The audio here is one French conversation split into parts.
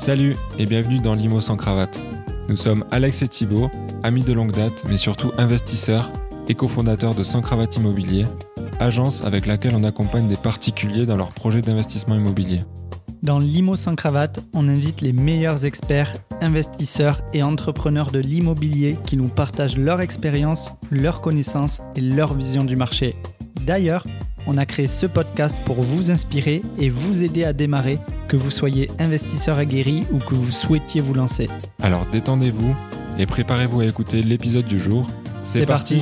Salut et bienvenue dans l'IMO sans cravate. Nous sommes Alex et Thibaut, amis de longue date, mais surtout investisseurs et cofondateurs de Sans Cravate Immobilier, agence avec laquelle on accompagne des particuliers dans leurs projets d'investissement immobilier. Dans l'IMO sans cravate, on invite les meilleurs experts, investisseurs et entrepreneurs de l'immobilier qui nous partagent leur expérience, leurs connaissances et leur vision du marché. D'ailleurs, on a créé ce podcast pour vous inspirer et vous aider à démarrer, que vous soyez investisseur aguerri ou que vous souhaitiez vous lancer. Alors détendez-vous et préparez-vous à écouter l'épisode du jour. C'est parti.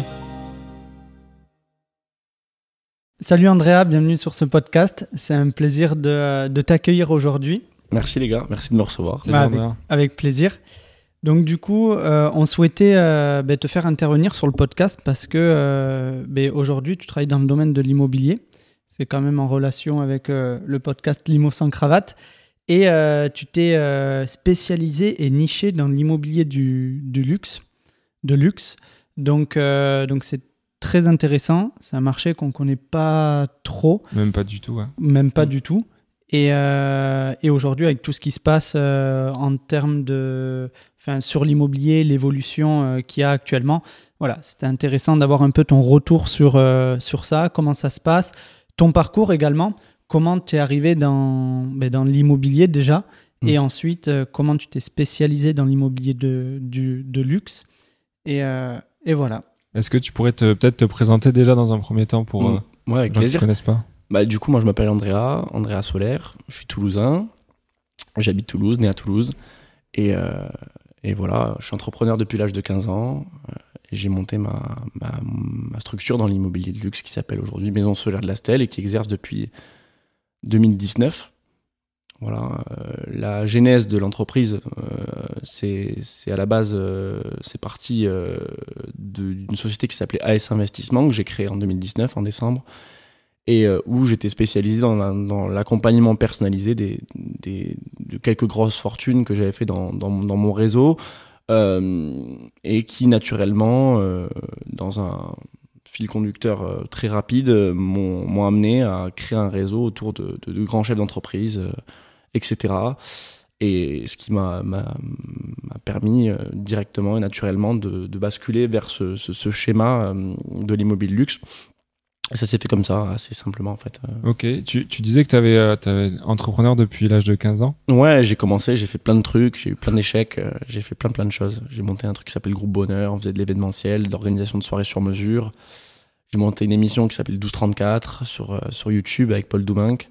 Salut Andrea, bienvenue sur ce podcast. C'est un plaisir de t'accueillir aujourd'hui. Merci les gars, merci de me recevoir. Avec plaisir. Donc du coup, on souhaitait te faire intervenir sur le podcast parce que aujourd'hui, tu travailles dans le domaine de l'immobilier. C'est quand même en relation avec le podcast L'IMO sans cravate. Et tu t'es spécialisé et niché dans l'immobilier du luxe, de luxe. Donc c'est très intéressant. C'est un marché qu'on ne connaît pas trop. Même pas du tout. Hein. Même pas du tout. Et aujourd'hui, avec tout ce qui se passe en termes sur l'immobilier, l'évolution qu'il y a actuellement, voilà, c'était intéressant d'avoir un peu ton retour sur ça, comment ça se passe, ton parcours également, comment tu es arrivé dans l'immobilier déjà, et ensuite comment tu t'es spécialisé dans l'immobilier de luxe. Et voilà. Est-ce que tu pourrais peut-être te présenter déjà dans un premier temps pour avec gens qui ne connaissent pas? Du coup, moi, je m'appelle Andrea Solaire, je suis toulousain, j'habite Toulouse, né à Toulouse, et voilà, je suis entrepreneur depuis l'âge de 15 ans, et j'ai monté ma structure dans l'immobilier de luxe qui s'appelle aujourd'hui Maison Solaire de la Stèle et qui exerce depuis 2019. Voilà, la genèse de l'entreprise, c'est à la base, c'est parti d'une société qui s'appelait AS Investissement que j'ai créée en 2019, en décembre, et où j'étais spécialisé dans l'accompagnement personnalisé de quelques grosses fortunes que j'avais fait dans mon réseau, et qui naturellement, dans un fil conducteur très rapide, m'ont amené à créer un réseau autour de grands chefs d'entreprise, etc. Et ce qui m'a permis directement et naturellement de basculer vers ce schéma de l'immobilier de luxe. Ça s'est fait comme ça, assez simplement en fait. Ok, tu disais que tu avais entrepreneur depuis l'âge de 15 ans? Ouais, j'ai commencé, j'ai fait plein de trucs, j'ai eu plein d'échecs, j'ai fait plein de choses. J'ai monté un truc qui s'appelle le Groupe Bonheur, on faisait de l'événementiel, de l'organisation de soirées sur mesure. J'ai monté une émission qui s'appelle 1234 sur YouTube avec Paul Doumenc.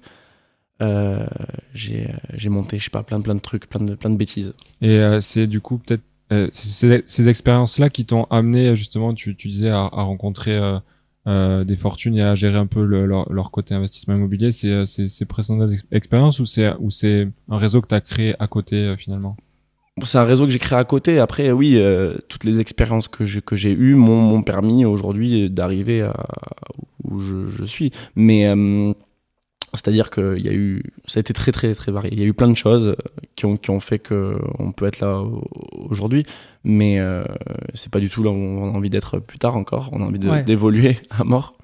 J'ai monté, je sais pas, plein de trucs, plein de bêtises. Et c'est du coup peut-être ces expériences-là qui t'ont amené justement, tu disais, à rencontrer des fortunes et à gérer un peu leur côté investissement immobilier. C'est ces précédentes expériences ou c'est un réseau que tu as créé à côté finalement? C'est un réseau que j'ai créé à côté. Après, oui, toutes les expériences que j'ai eues m'ont permis aujourd'hui d'arriver où je suis. Mais c'est-à-dire que ça a été très très très varié. Il y a eu plein de choses qui ont fait qu'on peut être là aujourd'hui, mais c'est pas du tout là où on a envie d'être plus tard encore. On a envie d'évoluer à mort.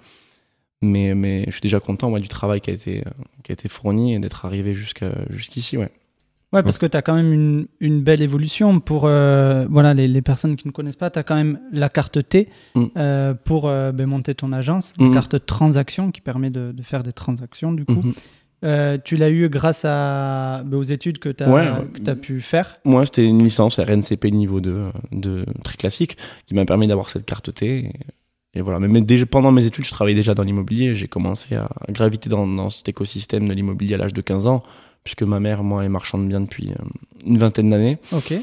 Mais je suis déjà content du travail qui a été fourni et d'être arrivé jusqu'ici. Ouais, parce que tu as quand même une belle évolution pour les personnes qui ne connaissent pas. Tu as quand même la carte T pour monter ton agence, la carte transaction qui permet de faire des transactions du coup. Tu l'as eu grâce aux études que tu as pu faire. Moi, c'était une licence RNCP niveau 2 très classique qui m'a permis d'avoir cette carte T. Et voilà. Mais déjà, pendant mes études, je travaillais déjà dans l'immobilier. J'ai commencé à graviter dans cet écosystème de l'immobilier à l'âge de 15 ans. Puisque ma mère, moi, est marchande de biens depuis une vingtaine d'années. Ok.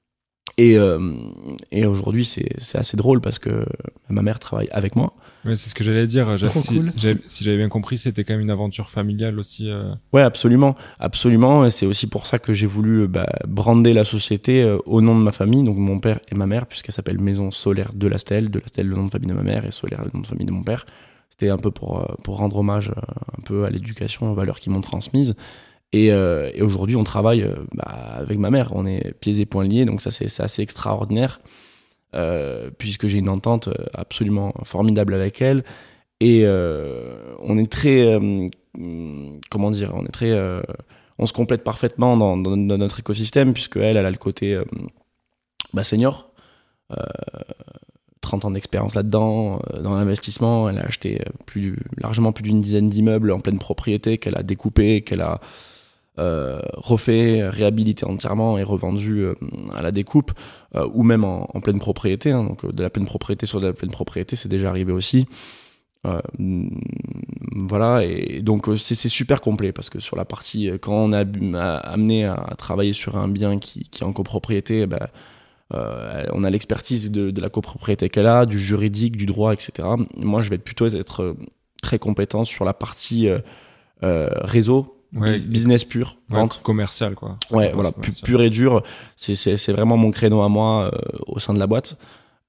Et aujourd'hui, c'est assez drôle parce que ma mère travaille avec moi. Ouais, c'est ce que j'allais dire. Cool. Si j'avais bien compris, c'était quand même une aventure familiale aussi. Ouais, absolument. Absolument. Et c'est aussi pour ça que j'ai voulu brander la société au nom de ma famille, donc mon père et ma mère, puisqu'elle s'appelle Maison Solaire de la Stèle. De la Stèle, le nom de famille de ma mère, et Solaire, le nom de famille de mon père. C'était un peu pour rendre hommage un peu à l'éducation, aux valeurs qu'ils m'ont transmises. Et aujourd'hui, on travaille avec ma mère. On est pieds et poings liés, donc ça, c'est assez extraordinaire, puisque j'ai une entente absolument formidable avec elle. Et on est très... on se complète parfaitement dans notre écosystème, puisque elle a le côté senior, 30 ans d'expérience là-dedans, dans l'investissement. Elle a acheté largement plus d'une dizaine d'immeubles en pleine propriété qu'elle a découpé, qu'elle a refait, réhabilité entièrement et revendu à la découpe, ou même en pleine propriété, hein. Donc de la pleine propriété sur de la pleine propriété, c'est déjà arrivé aussi. Voilà, et donc c'est super complet, parce que sur la partie, quand on a amené à travailler sur un bien qui est en copropriété, on a l'expertise de la copropriété qu'elle a, du juridique, du droit, etc. Moi, je vais plutôt être très compétent sur la partie réseau, business pur, vente. Commercial, quoi. Ouais, voilà, pur et dur. C'est vraiment mon créneau à moi au sein de la boîte.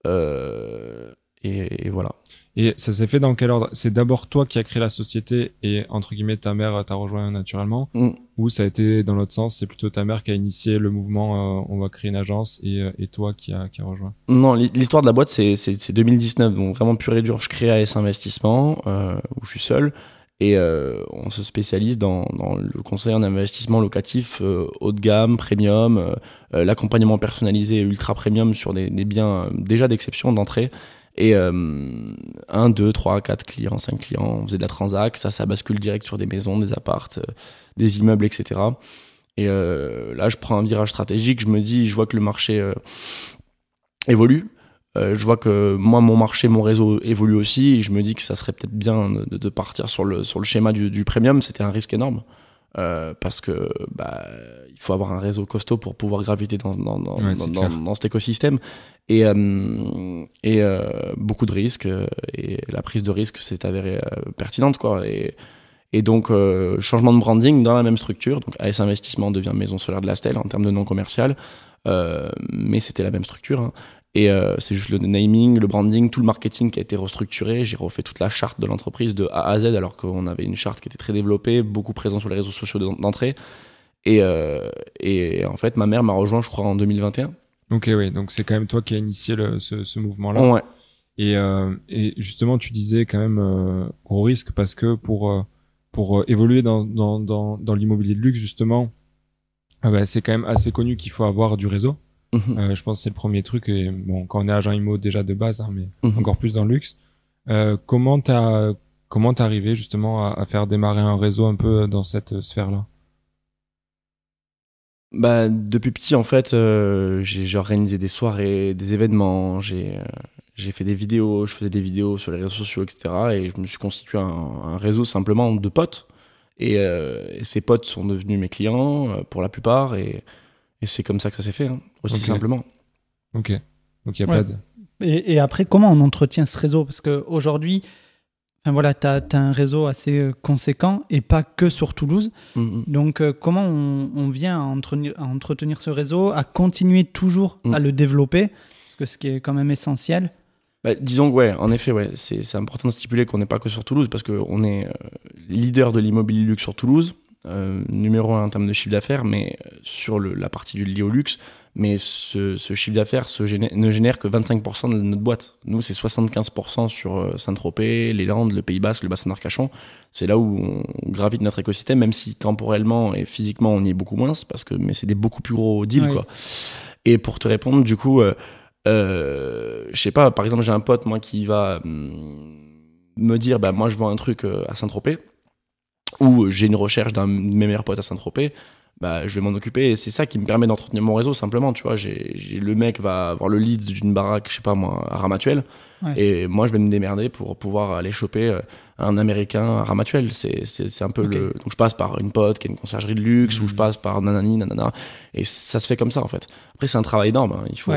Et voilà. Et ça s'est fait dans quel ordre? C'est d'abord toi qui as créé la société et, entre guillemets, ta mère t'a rejoint naturellement, ou ça a été dans l'autre sens, c'est plutôt ta mère qui a initié le mouvement, on va créer une agence, et toi qui a rejoint? Non, l'histoire de la boîte, c'est 2019, donc vraiment pur et dur. Je crée AS Investissement, où je suis seul, et on se spécialise dans le conseil en investissement locatif haut de gamme, premium, l'accompagnement personnalisé ultra premium sur des biens déjà d'exception, d'entrée. Et 1, 2, 3, 4 clients, 5 clients, on faisait de la transac, ça bascule direct sur des maisons, des appartes, des immeubles, etc. Et là, je prends un virage stratégique, je vois que le marché évolue, je vois que moi, mon marché, mon réseau évolue aussi, et je me dis que ça serait peut-être bien de partir sur le schéma du premium. C'était un risque énorme, parce que il faut avoir un réseau costaud pour pouvoir graviter dans cet écosystème, et beaucoup de risques, et la prise de risque s'est avérée pertinente, quoi. Et donc changement de branding dans la même structure, donc AS Investissement devient Maison Solaire de la Stèle en termes de nom commercial, mais c'était la même structure, hein. Et c'est juste le naming, le branding, tout le marketing qui a été restructuré. J'ai refait toute la charte de l'entreprise de A à Z, alors qu'on avait une charte qui était très développée, beaucoup présent sur les réseaux sociaux d'entrée. Et en fait, ma mère m'a rejoint, je crois, en 2021. Ok, oui, donc c'est quand même toi qui as initié ce mouvement-là. Ouais. Et justement, tu disais quand même gros risque, parce que pour évoluer dans l'immobilier de luxe, justement, c'est quand même assez connu qu'il faut avoir du réseau. Je pense que c'est le premier truc, et bon, quand on est agent immo déjà de base, hein, mais encore plus dans le luxe. Comment t'es arrivé justement à faire démarrer un réseau un peu dans cette sphère-là? Depuis petit, en fait, j'ai organisé des soirées, des événements, j'ai fait des vidéos, je faisais des vidéos sur les réseaux sociaux, etc. Et je me suis constitué un réseau simplement de potes. Et ces potes sont devenus mes clients pour la plupart, et c'est comme ça que ça s'est fait, hein, aussi simplement. Ok. Donc il y a pas de... Et après, comment on entretient ce réseau? Parce qu'aujourd'hui, voilà, tu as un réseau assez conséquent, et pas que sur Toulouse. Donc comment on vient à entretenir ce réseau, à continuer toujours à le développer? Parce que ce qui est quand même essentiel. Disons que ouais, en effet, ouais, c'est important de stipuler qu'on n'est pas que sur Toulouse, parce qu'on est leader de l'immobilier luxe sur Toulouse. Numéro 1 en termes de chiffre d'affaires, mais sur la partie liée au luxe, mais ce chiffre d'affaires ne génère que 25% de notre boîte. Nous, c'est 75% sur Saint-Tropez, les Landes, le Pays Basque, le bassin d'Arcachon. C'est là où on gravite notre écosystème, même si temporellement et physiquement on y est beaucoup moins, mais c'est des beaucoup plus gros deals, quoi. Et pour te répondre, du coup, je sais pas, par exemple, j'ai un pote, moi, qui va me dire, moi, je vends un truc à Saint-Tropez, ou j'ai une recherche d'un de mes meilleurs potes à Saint-Tropez, je vais m'en occuper, et c'est ça qui me permet d'entretenir mon réseau, simplement, tu vois. Le mec va avoir le lead d'une baraque, je sais pas moi, à Ramatuelle, et moi je vais me démerder pour pouvoir aller choper un américain à Ramatuelle. C'est un peu donc je passe par une pote qui a une conciergerie de luxe, ou je passe par nanani, nanana, et ça se fait comme ça, en fait. Après, c'est un travail énorme, hein. Il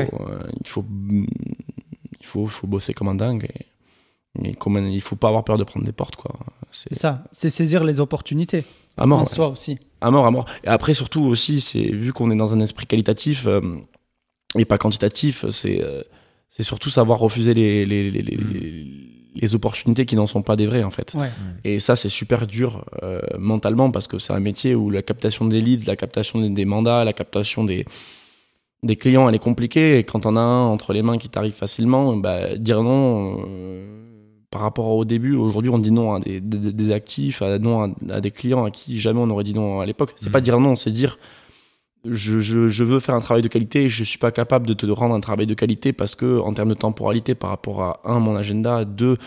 faut bosser comme un dingue, mais il faut pas avoir peur de prendre des portes, quoi. C'est ça, c'est saisir les opportunités à mort, en soi aussi. À mort. Et après, surtout aussi, c'est vu qu'on est dans un esprit qualitatif et pas quantitatif, c'est surtout savoir refuser les opportunités qui n'en sont pas des vraies, en fait. Et ça, c'est super dur mentalement, parce que c'est un métier où la captation des leads, la captation des mandats, la captation des clients, elle est compliquée. Et quand on a un entre les mains qui t'arrive facilement, dire non, par rapport au début. Aujourd'hui, on dit non à des actifs, non à des clients à qui jamais on aurait dit non à l'époque. C'est pas dire non, c'est dire je veux faire un travail de qualité, je suis pas capable de te rendre un travail de qualité parce que en termes de temporalité par rapport à mon agenda,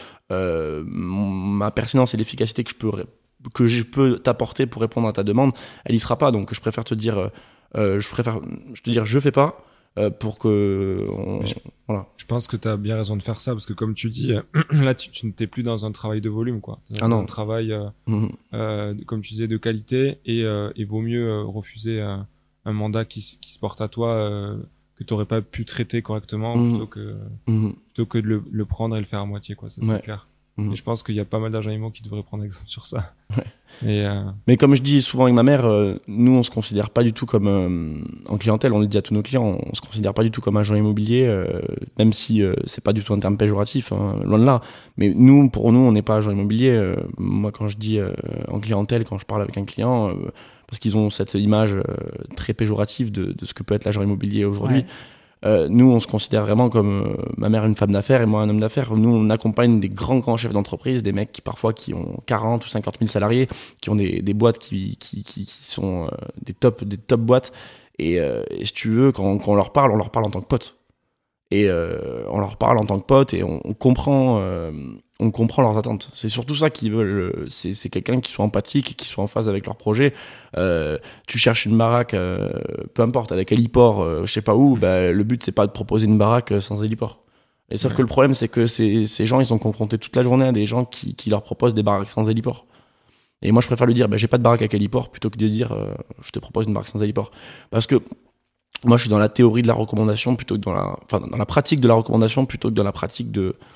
ma pertinence et l'efficacité que je peux t'apporter pour répondre à ta demande, elle y sera pas. Donc je préfère te dire je fais pas pour que voilà. Je pense que tu as bien raison de faire ça parce que comme tu dis là tu n'es plus dans un travail de volume quoi. Ah non. Un travail comme tu disais de qualité et il vaut mieux refuser un mandat qui se porte à toi que tu n'aurais pas pu traiter correctement plutôt que de le prendre et le faire à moitié quoi, ça c'est clair. Et je pense qu'il y a pas mal d'agents IMO qui devraient prendre exemple sur ça. Mais comme je dis souvent avec ma mère, nous on se considère pas du tout comme en clientèle, on le dit à tous nos clients, on se considère pas du tout comme agent immobilier, même si c'est pas du tout un terme péjoratif, hein, loin de là. Mais pour nous, on n'est pas agent immobilier. Moi, quand je dis en clientèle, quand je parle avec un client, parce qu'ils ont cette image très péjorative de ce que peut être l'agent immobilier aujourd'hui. Ouais. Nous, on se considère vraiment comme ma mère une femme d'affaires et moi un homme d'affaires. Nous, on accompagne des grands chefs d'entreprise, des mecs qui ont 40 ou 50 000 salariés, qui ont des boîtes qui sont des top boîtes. Et si tu veux, quand on leur parle en tant que pote. Et on leur parle en tant que pote et on comprend leurs attentes. C'est surtout ça qu'ils veulent. C'est quelqu'un qui soit empathique, qui soit en phase avec leur projet. Tu cherches une baraque, peu importe, avec héliport, je sais pas où, le but c'est pas de proposer une baraque sans héliport. Et sauf que le problème c'est que ces gens ils sont confrontés toute la journée à des gens qui leur proposent des baraques sans héliport. Et moi je préfère lui dire j'ai pas de baraque avec héliport plutôt que de dire je te propose une baraque sans héliport. Parce que moi je suis dans la théorie de la recommandation plutôt que dans la pratique de la recommandation plutôt que dans la pratique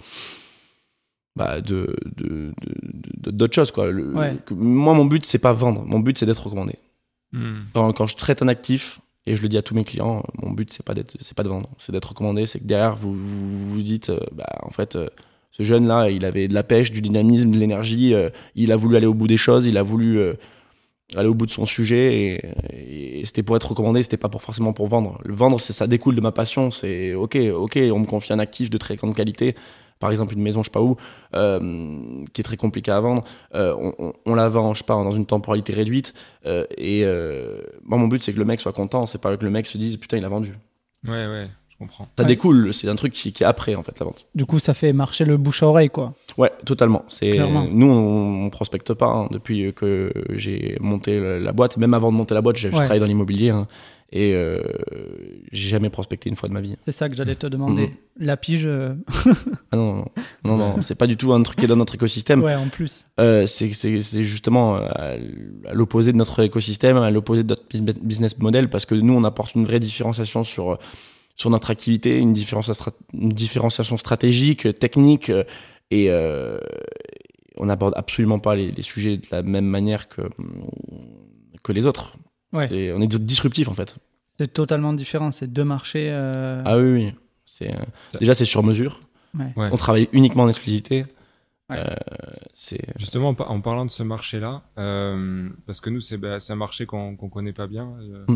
d'autres choses quoi. Moi mon but c'est pas vendre, mon but c'est d'être recommandé. Quand je traite un actif et je le dis à tous mes clients, mon but c'est pas de vendre, c'est d'être recommandé. C'est que derrière vous dites en fait ce jeune là il avait de la pêche, du dynamisme, de l'énergie, il a voulu aller au bout des choses, il a voulu aller au bout de son sujet et c'était pour être recommandé, c'était pas forcément pour vendre. Le vendre, ça découle de ma passion. C'est ok, on me confie un actif de très grande qualité, par exemple une maison, je sais pas où, qui est très compliquée à vendre. On la vend, je sais pas, dans une temporalité réduite. Moi, mon but, c'est que le mec soit content. C'est pas que le mec se dise putain, il a vendu. Ouais. Comprends. Ça découle, c'est un truc qui est après en fait la vente. Du coup, ça fait marcher le bouche à oreille quoi. Ouais, totalement. Nous, on prospecte pas hein, depuis que j'ai monté la boîte. Même avant de monter la boîte, je travaillais dans l'immobilier hein, et j'ai jamais prospecté une fois de ma vie. C'est ça que j'allais te demander. La pige. Ah non, c'est pas du tout un truc qui est dans notre écosystème. Ouais, en plus. C'est justement à l'opposé de notre écosystème, à l'opposé de notre business model, parce que nous, on apporte une vraie différenciation sur notre activité, une différenciation stratégique, technique, et on n'aborde absolument pas les sujets de la même manière que les autres. Ouais. On est disruptif en fait. C'est totalement différent, c'est deux marchés. Ah oui. Déjà, c'est sur mesure. Ouais. On travaille uniquement en exclusivité. Ouais. Justement, en parlant de ce marché-là, parce que nous, c'est un marché qu'on connaît pas bien.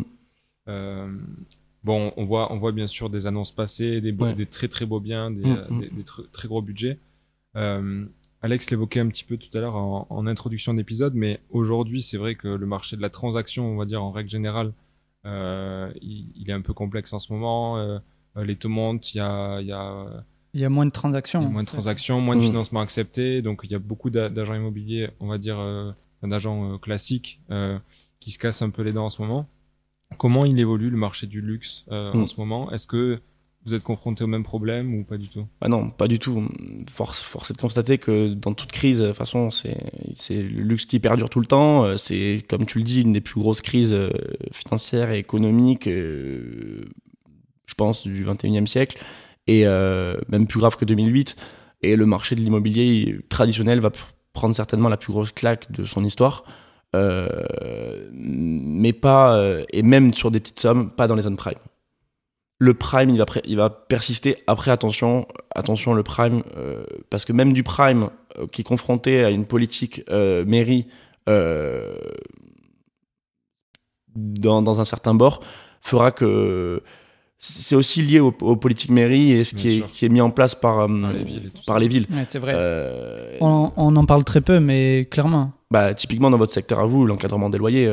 Bon, on voit bien sûr des annonces passées, des très très beaux biens, des très gros budgets. Alex l'évoquait un petit peu tout à l'heure en introduction d'épisode, mais aujourd'hui, c'est vrai que le marché de la transaction, on va dire en règle générale, il est un peu complexe en ce moment. Les taux montent, il y a moins de transactions. Il y a moins de transactions, moins de financements acceptés. Donc, il y a beaucoup d'agents immobiliers, on va dire, d'agents classiques qui se cassent un peu les dents en ce moment. Comment il évolue le marché du luxe en ce moment ? Est-ce que vous êtes confronté au même problème ou pas du tout ? Ah non, pas du tout. Force est de constater que dans toute crise, de toute façon, c'est le luxe qui perdure tout le temps. C'est, comme tu le dis, une des plus grosses crises financières et économiques, je pense, du 21e siècle. Et même plus grave que 2008. Et le marché de l'immobilier traditionnel va prendre certainement la plus grosse claque de son histoire. Mais pas, et même sur des petites sommes, pas dans les zones prime. Le prime, il va persister. Après, attention, le prime, parce que même du prime qui est confronté à une politique mairie dans un certain bord, fera que c'est aussi lié aux politiques mairies et ce qui est mis en place par les villes. Ouais, c'est vrai. On en parle très peu, mais clairement. Typiquement dans votre secteur à vous, l'encadrement des loyers,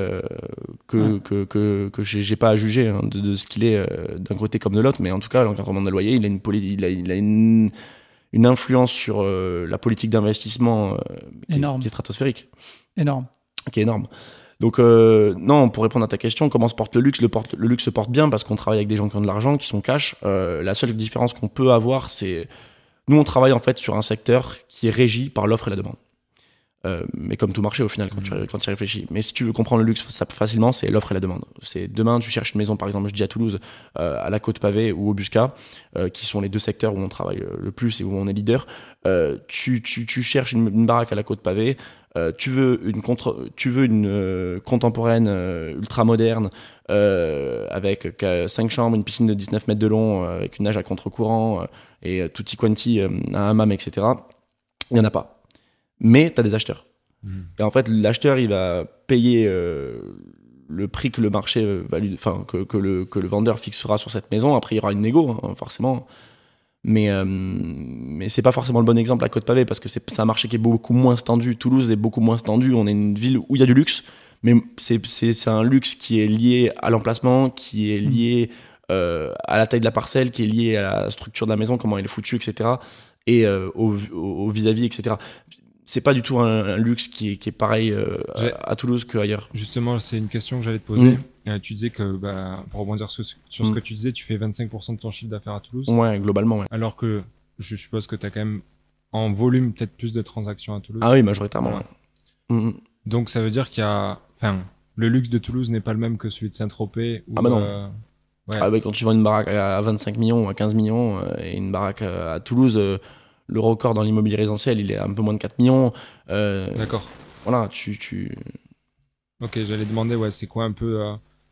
que j'ai pas à juger hein, de ce qu'il est d'un côté comme de l'autre, mais en tout cas l'encadrement des loyers, il a une influence sur la politique d'investissement qui est stratosphérique. Énorme. Qui est énorme. Donc non, pour répondre à ta question, comment se porte le luxe ? Le luxe se porte bien parce qu'on travaille avec des gens qui ont de l'argent, qui sont cash. La seule différence qu'on peut avoir, c'est nous on travaille en fait sur un secteur qui est régi par l'offre et la demande. Mais comme tout marché au final quand tu y réfléchis. Mais si tu veux comprendre le luxe facilement, c'est l'offre et la demande. C'est demain tu cherches une maison par exemple, je dis à Toulouse, à la Côte Pavée ou au Busca, qui sont les deux secteurs où on travaille le plus et où on est leader. Tu cherches une baraque à la Côte Pavée. Tu veux une contemporaine ultra moderne avec 5 chambres, une piscine de 19 mètres de long, avec une nage à contre-courant et tutti quanti, un hammam, etc. Il n'y en a pas. Mais tu as des acheteurs. Et en fait, l'acheteur, il va payer le prix que le marché que le vendeur fixera sur cette maison. Après, il y aura une négo, hein, forcément. Mais c'est pas forcément le bon exemple à Côte Pavée parce que c'est un marché qui est beaucoup moins stendu. Toulouse est beaucoup moins stendu. On est une ville où il y a du luxe, mais c'est un luxe qui est lié à l'emplacement, qui est lié à la taille de la parcelle, qui est lié à la structure de la maison, comment elle est foutue, etc. Et au vis-à-vis, etc. C'est pas du tout un luxe qui est pareil à Toulouse qu'ailleurs. Justement, c'est une question que j'allais te poser. Tu disais que, pour rebondir sur ce que tu disais, tu fais 25% de ton chiffre d'affaires à Toulouse. Ouais, globalement, ouais. Alors que je suppose que tu as quand même en volume peut-être plus de transactions à Toulouse. Ah oui, majoritairement, ouais. Donc ça veut dire qu'il y a... Enfin, le luxe de Toulouse n'est pas le même que celui de Saint-Tropez. Ah bah non. Quand tu vends une baraque à 25 millions ou à 15 millions et une baraque à Toulouse... le record dans l'immobilier résidentiel, il est un peu moins de 4 millions. D'accord. Voilà, Ok, j'allais demander, c'est quoi un peu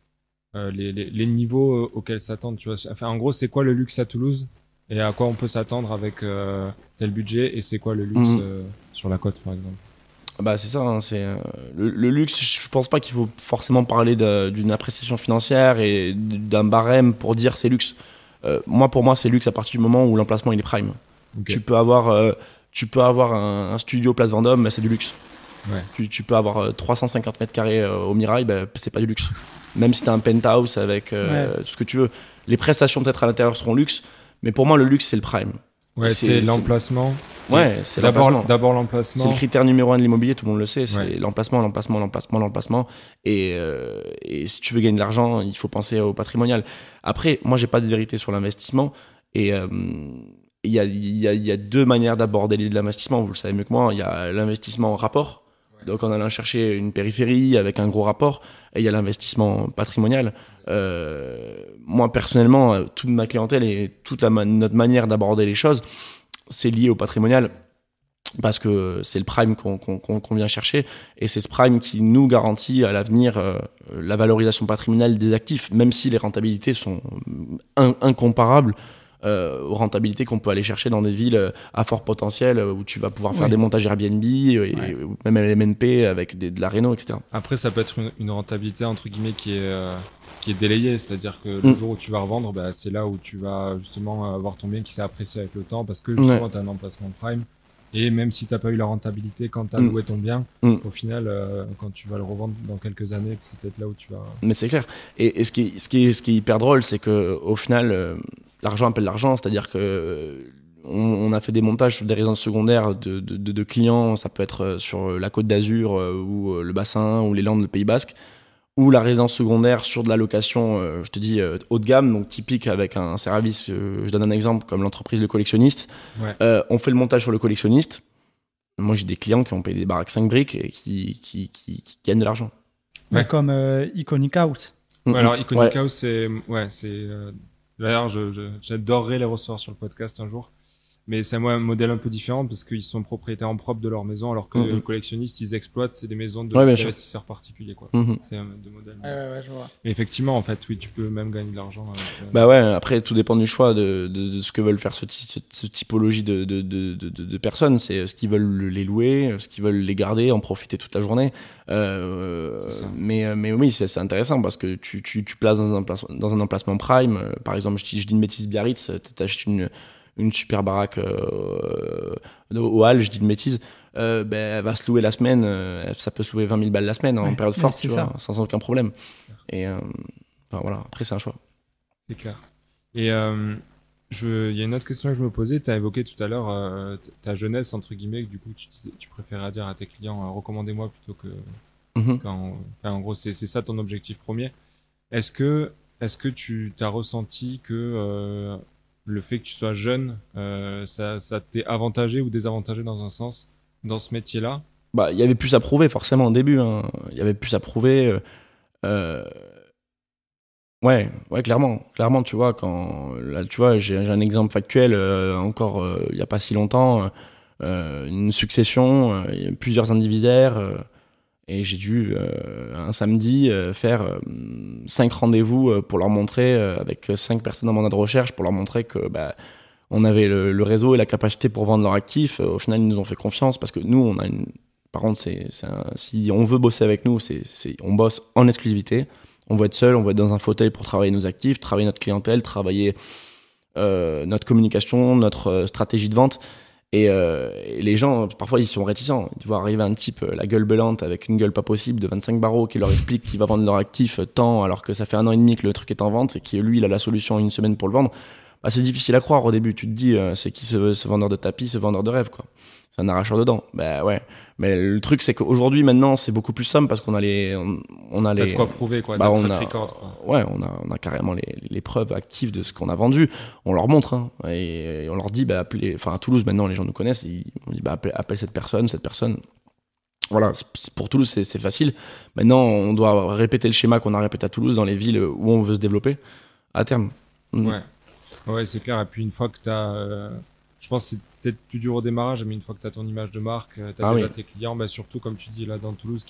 les niveaux auxquels s'attendre, tu vois. Enfin, en gros, c'est quoi le luxe à Toulouse et à quoi on peut s'attendre avec tel budget et c'est quoi le luxe sur la côte, par exemple. C'est ça, hein, le luxe, je pense pas qu'il faut forcément parler d'une appréciation financière et d'un barème pour dire c'est luxe. Pour moi, c'est luxe à partir du moment où l'emplacement il est prime. Okay. Tu peux avoir un studio Place Vendôme, mais c'est du luxe. Ouais. Tu peux avoir 350 mètres carrés au Mirail, c'est pas du luxe. Même si tu as un penthouse avec tout ce que tu veux. Les prestations peut-être à l'intérieur seront luxe, mais pour moi le luxe c'est le prime. Ouais, c'est l'emplacement. Ouais, c'est d'abord l'emplacement. C'est le critère numéro 1 de l'immobilier, tout le monde le sait. C'est l'emplacement. Et si tu veux gagner de l'argent, il faut penser au patrimonial. Après, moi j'ai pas de vérité sur l'investissement et il y a deux manières d'aborder l'investissement, vous le savez mieux que moi. Il y a l'investissement en rapport, donc en allant chercher une périphérie avec un gros rapport, et il y a l'investissement patrimonial. Moi personnellement, toute ma clientèle et toute notre manière d'aborder les choses, c'est lié au patrimonial, parce que c'est le prime qu'on vient chercher, et c'est ce prime qui nous garantit à l'avenir la valorisation patrimoniale des actifs, même si les rentabilités sont incomparables aux rentabilités qu'on peut aller chercher dans des villes à fort potentiel où tu vas pouvoir faire des montages Airbnb et même MNP avec de la réno, etc. Après, ça peut être une rentabilité entre guillemets qui est délayée, c'est-à-dire que le jour où tu vas revendre, c'est là où tu vas justement avoir ton bien qui s'est apprécié avec le temps parce que justement tu as un emplacement prime. Et même si tu n'as pas eu la rentabilité quand tu as loué ton bien, au final, quand tu vas le revendre dans quelques années, c'est peut-être là où tu vas... Mais c'est clair. Et ce qui est hyper drôle, c'est qu'au final, l'argent appelle l'argent. C'est-à-dire qu'on a fait des montages sur des résidences secondaires de clients. Ça peut être sur la Côte d'Azur ou le Bassin ou les Landes, le Pays Basque. Ou la résidence secondaire sur de la location, je te dis, haut de gamme, donc typique avec un service, je donne un exemple, comme l'entreprise Le Collectionniste. On fait le montage sur Le Collectionniste. Moi, j'ai des clients qui ont payé des baraques 5 briques et qui gagnent de l'argent. Comme Iconic House. Alors, Iconic House, c'est... D'ailleurs, j'adorerais les recevoir sur le podcast un jour. Mais c'est un modèle un peu différent parce qu'ils sont propriétaires en propre de leur maison, alors que les collectionnistes, ils exploitent, c'est des maisons d'investisseurs particuliers, quoi. C'est un deux modèles. Ouais, je vois. Mais effectivement, en fait, oui, tu peux même gagner de l'argent. Bah ouais, après, tout dépend du choix de ce que veulent faire ce typologie de personnes. C'est ce qu'ils veulent les louer, ce qu'ils veulent les garder, en profiter toute la journée. Mais oui, c'est intéressant parce que tu places dans un emplacement prime. Par exemple, je dis une bêtise, Biarritz, t'achètes une super baraque au Hall, je dis une bêtise, elle va se louer la semaine, ça peut se louer 20 000 balles la semaine en période forte, tu vois, sans aucun problème. Et voilà, après c'est un choix. C'est clair. Et il y a une autre question que je me posais, tu as évoqué tout à l'heure ta jeunesse, entre guillemets, que du coup tu préférais dire à tes clients, recommandez-moi plutôt que... en gros, c'est ça ton objectif premier. Est-ce que tu t'as ressenti que le fait que tu sois jeune, ça t'est avantagé ou désavantagé dans un sens, dans ce métier-là? Bah, il y avait plus à prouver forcément au début. Il y avait plus à prouver. Ouais, clairement, tu vois, là, tu vois, j'ai un exemple factuel, encore il y a pas si longtemps, une succession, plusieurs indivisaires, et j'ai dû un samedi faire 5 rendez-vous pour leur montrer, avec 5 personnes en mandat de recherche, pour leur montrer que on avait le réseau et la capacité pour vendre leurs actifs. Au final, ils nous ont fait confiance parce que nous, on a par contre, si on veut bosser avec nous, on bosse en exclusivité. On veut être seul, on veut être dans un fauteuil pour travailler nos actifs, travailler notre clientèle, travailler notre communication, notre stratégie de vente. Et les gens, parfois, ils sont réticents. Tu vois arriver un type, la gueule belante, avec une gueule pas possible, de 25 barreaux, qui leur explique qu'il va vendre leur actif tant, alors que ça fait 1 an et demi que le truc est en vente, et que lui, il a la solution en 1 semaine pour le vendre. C'est difficile à croire au début. Tu te dis, c'est qui ce vendeur de tapis, ce vendeur de rêve, quoi. C'est un arracheur de dents. Ouais. Mais le truc, c'est qu'aujourd'hui, maintenant, c'est beaucoup plus simple parce qu'on a les... T'as de quoi prouver, quoi. On a carrément les preuves actives de ce qu'on a vendu. On leur montre, et on leur dit, appelez... Enfin, à Toulouse, maintenant, les gens nous connaissent. On dit, appelle cette personne. Voilà, pour Toulouse, c'est facile. Maintenant, on doit répéter le schéma qu'on a répété à Toulouse dans les villes où on veut se développer à terme. Ouais, c'est clair. Et puis, une fois que t'as... je pense que c'est peut-être plus dur au démarrage, mais une fois que tu as ton image de marque, tu as déjà tes clients, surtout comme tu dis là dans Toulouse,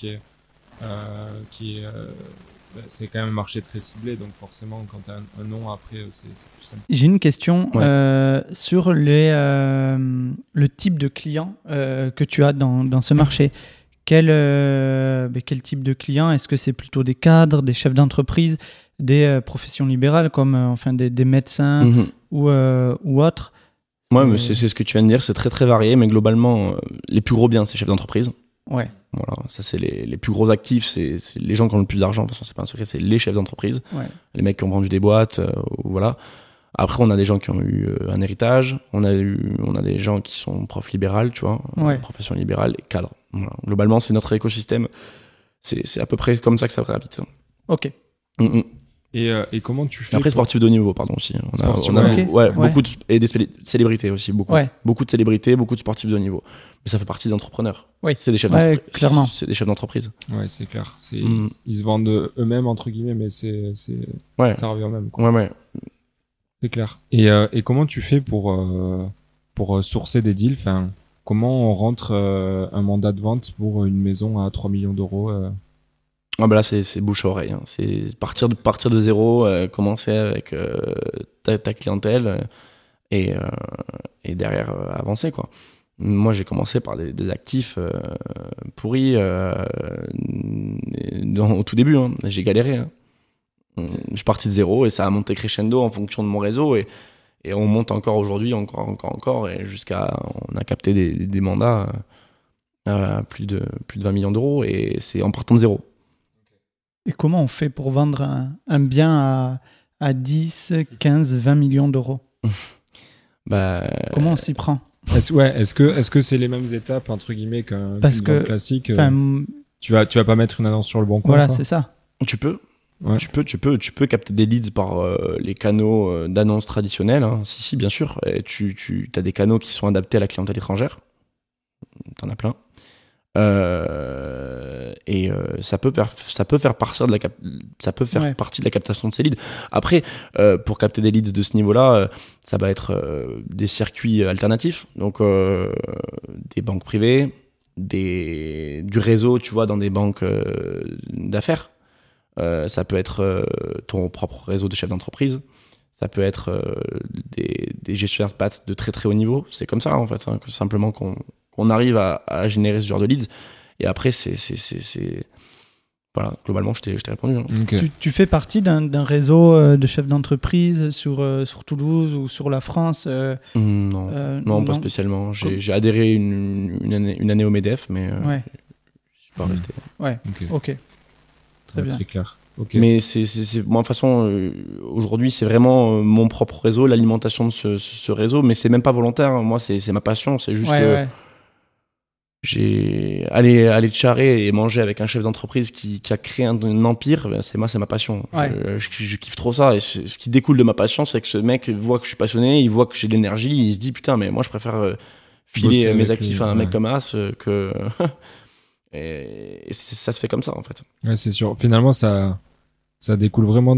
c'est quand même un marché très ciblé, donc forcément quand tu as un nom après, c'est plus simple. J'ai une question sur le type de client que tu as dans ce marché. Quel type de client? Est-ce que c'est plutôt des cadres, des chefs d'entreprise, des professions libérales comme des médecins ou autres? Ouais, mais c'est ce que tu viens de dire, c'est très très varié, mais globalement, les plus gros biens, c'est chefs d'entreprise. Ouais. Voilà, ça c'est les plus gros actifs, c'est les gens qui ont le plus d'argent, de toute façon c'est pas un secret, c'est les chefs d'entreprise. Ouais. Les mecs qui ont vendu des boîtes, voilà. Après, on a des gens qui ont eu un héritage, on a des gens qui sont profs libérales, tu vois, profession libérale, et cadres. Voilà. Globalement, c'est notre écosystème, c'est à peu près comme ça que ça gravite. Ok. Et comment tu fais? Après, sportif de haut niveau, pardon, aussi. On a beaucoup et des célébrités aussi, beaucoup. Ouais. Beaucoup de célébrités, beaucoup de sportifs de haut niveau. Mais ça fait partie des entrepreneurs. Oui. C'est des chefs d'entreprise. Clairement. C'est des chefs d'entreprise. Ouais, c'est clair. Ils se vendent eux-mêmes, entre guillemets, mais ça revient au même, quoi. Ouais. C'est clair. Et comment tu fais pour sourcer des deals? Enfin, comment on rentre un mandat de vente pour une maison à 3 millions d'euros là, c'est bouche à oreille. C'est partir de zéro, commencer avec ta clientèle et derrière avancer, quoi. Moi, j'ai commencé par des actifs pourris au tout début. J'ai galéré. Je suis parti de zéro et ça a monté crescendo en fonction de mon réseau et on monte encore aujourd'hui, encore et on a capté des mandats à plus de 20 millions d'euros et c'est en partant de zéro. Et comment on fait pour vendre un bien à 10, 15, 20 millions d'euros? Comment on s'y prend? Est-ce que c'est les mêmes étapes, entre guillemets, qu'un classique tu vas pas mettre une annonce sur le bon coin? Voilà, c'est ça. Tu peux. Ouais. Tu peux capter des leads par les canaux d'annonces traditionnels. Si, bien sûr. Et tu as des canaux qui sont adaptés à la clientèle étrangère. T'en as plein. Ça peut faire partie de la captation de ces leads. Après, pour capter des leads de ce niveau-là, ça va être des circuits alternatifs, donc des banques privées, du réseau, tu vois, dans des banques d'affaires. Ça peut être ton propre réseau de chefs d'entreprise. Ça peut être des gestionnaires de pattes de très très haut niveau. C'est comme ça en fait, hein, que simplement qu'on arrive à générer ce genre de leads. Et après, voilà, globalement, je t'ai répondu. Hein. Okay. Tu fais partie d'un réseau de chefs d'entreprise sur Toulouse ou sur la France Non, pas spécialement. J'ai adhéré une année au MEDEF, mais je suis pas resté. Ouais, ok. Très bien. Très clair. Okay. Mais moi, de toute façon, aujourd'hui, c'est vraiment mon propre réseau, l'alimentation de ce réseau, mais c'est même pas volontaire. Moi, c'est ma passion. C'est juste que j'ai aller tcharrer et manger avec un chef d'entreprise qui a créé un empire. C'est ma passion. Ouais. Je kiffe trop ça. Et ce qui découle de ma passion, c'est que ce mec voit que je suis passionné, il voit que j'ai de l'énergie, il se dit putain, mais moi, je préfère filer mes actifs à un mec comme As que. Et ça se fait comme ça en fait. Ouais, c'est sûr. Finalement, ça découle vraiment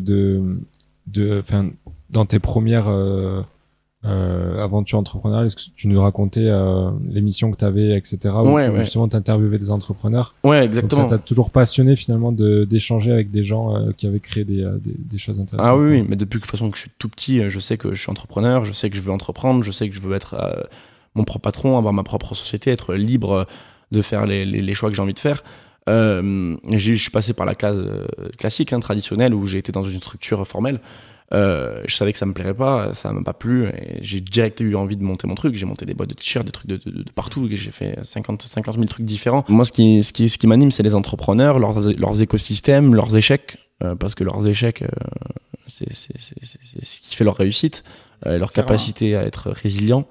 dans tes premières aventures entrepreneuriales. Est-ce que tu nous racontais l'émission que tu avais, etc. Où justement tu interviewais des entrepreneurs. Ouais, exactement. Donc ça t'a toujours passionné finalement d'échanger avec des gens qui avaient créé des choses intéressantes. Ah oui, mais depuis que je suis tout petit, je sais que je suis entrepreneur, je sais que je veux entreprendre, je sais que je veux être mon propre patron, avoir ma propre société, être libre de faire les choix que j'ai envie de faire. Je suis passé par la case classique, traditionnelle, où j'ai été dans une structure formelle. Je savais que ça me plairait pas, ça m'a pas plu, et j'ai direct eu envie de monter mon truc. J'ai monté des boîtes de t-shirts, des trucs de partout, et j'ai fait 50 000 trucs différents. Moi, ce qui m'anime, c'est les entrepreneurs, leurs écosystèmes, leurs échecs, parce que leurs échecs, c'est ce qui fait leur réussite, leur capacité à être résilient.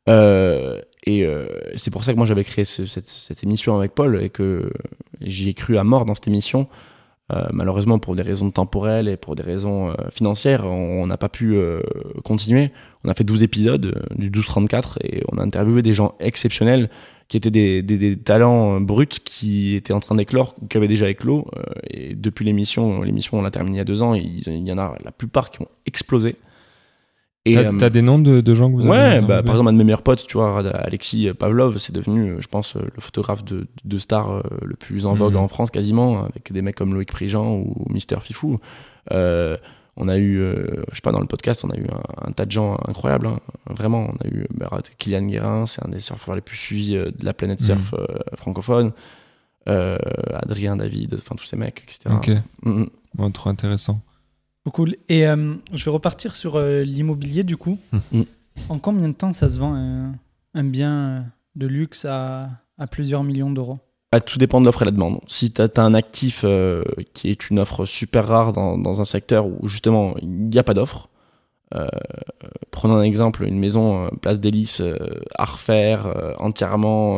C'est pour ça que moi j'avais créé cette émission avec Paul, et que j'y ai cru à mort dans cette émission. Malheureusement, pour des raisons temporelles et pour des raisons financières, on n'a pas pu continuer. On a fait 12 épisodes, du 12-34, et on a interviewé des gens exceptionnels qui étaient des talents bruts qui étaient en train d'éclore ou qui avaient déjà éclos. Et depuis l'émission, on l'a terminée il y a 2 ans, et il y en a la plupart qui ont explosé. T'as des noms de gens que vous avez par exemple, un de mes meilleurs potes, tu vois, Alexis Pavlov, c'est devenu, je pense, le photographe de star le plus en vogue en France quasiment, avec des mecs comme Loïc Prigent ou Mister Fifou. On a eu, je sais pas, dans le podcast, on a eu un tas de gens incroyables, hein. Vraiment. On a eu Kylian Guérin, c'est un des surfeurs les plus suivis de la planète surf francophone. Adrien David, enfin tous ces mecs, etc. Ok. Bon, trop intéressant. Cool. Et je vais repartir sur l'immobilier du coup. En combien de temps ça se vend un bien de luxe à plusieurs millions d'euros? Tout dépend de l'offre et la demande. Si tu as un actif qui est une offre super rare dans un secteur où justement il n'y a pas d'offre, prenons un exemple, une maison Place des Lys à refaire entièrement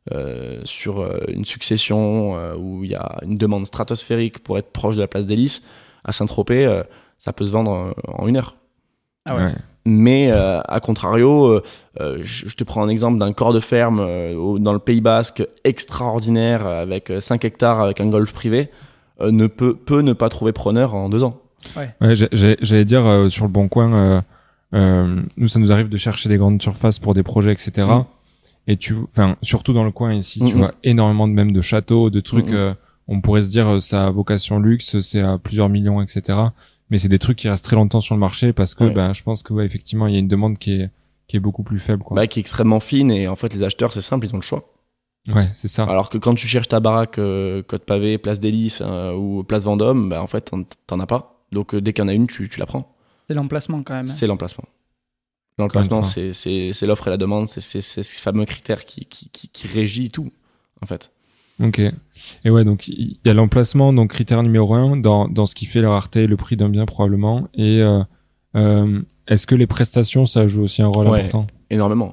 sur une succession où il y a une demande stratosphérique pour être proche de la Place des Lys, à Saint-Tropez, ça peut se vendre en 1 heure. Ah ouais. Mais à contrario, je te prends un exemple d'un corps de ferme dans le Pays Basque extraordinaire avec 5 hectares avec un golf privé, peut ne pas trouver preneur en 2 ans. Ouais, j'allais dire sur le Bon Coin, nous ça nous arrive de chercher des grandes surfaces pour des projets, etc. Et surtout dans le coin ici, tu vois énormément de châteaux, de trucs. On pourrait se dire ça a vocation luxe, c'est à plusieurs millions, etc. Mais c'est des trucs qui restent très longtemps sur le marché parce que je pense que effectivement il y a une demande qui est beaucoup plus faible, quoi. Qui est extrêmement fine, et en fait les acheteurs, c'est simple, ils ont le choix. Ouais, c'est ça. Alors que quand tu cherches ta baraque Côte Pavée, Place des Lys ou Place Vendôme, en fait t'en as pas. Donc dès qu'il y en a une, tu la prends. C'est l'emplacement quand même. C'est l'emplacement. L'emplacement, c'est l'offre et la demande, c'est ce fameux critère qui régit tout, en fait. Ok. Et ouais, donc il y a l'emplacement, donc critère numéro 1 dans ce qui fait la rareté et le prix d'un bien probablement. Et est-ce que les prestations, ça joue aussi un rôle important? Énormément.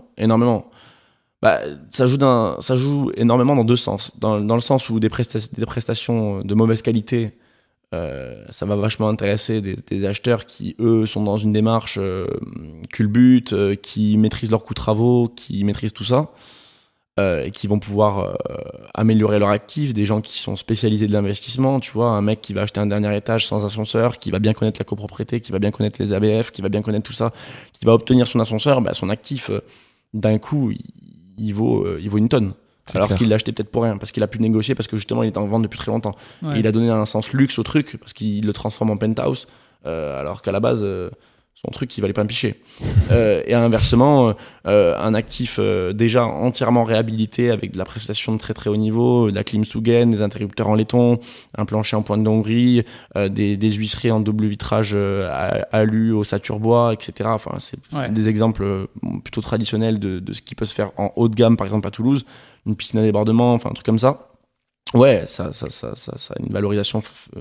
Ça joue énormément dans 2 sens. Dans le sens où des prestations de mauvaise qualité, ça va vachement intéresser des acheteurs qui, eux, sont dans une démarche culbute, qui maîtrisent leurs coûts de travaux, qui maîtrisent tout ça. et qui vont pouvoir améliorer leur actif, des gens qui sont spécialisés de l'investissement, tu vois, un mec qui va acheter un dernier étage sans ascenseur, qui va bien connaître la copropriété, qui va bien connaître les ABF, qui va bien connaître tout ça, qui va obtenir son ascenseur, son actif, d'un coup, il vaut une tonne. Alors qu'il l'a acheté peut-être pour rien, parce qu'il a pu négocier, parce que justement il était en vente depuis très longtemps. Et il a donné un sens luxe au truc, parce qu'il le transforme en penthouse, alors qu'à la base, son truc il valait pas un pichet. Et inversement, un actif déjà entièrement réhabilité avec de la prestation de très très haut niveau, de la clim sous gaine, des interrupteurs en laiton, un plancher en pointe d'Hongrie, des huisseries en double vitrage alu au saturbois, etc. Enfin, c'est des exemples plutôt traditionnels de ce qui peut se faire en haut de gamme, par exemple à Toulouse. Une piscine à débordement, enfin un truc comme ça. Ouais, ça a une valorisation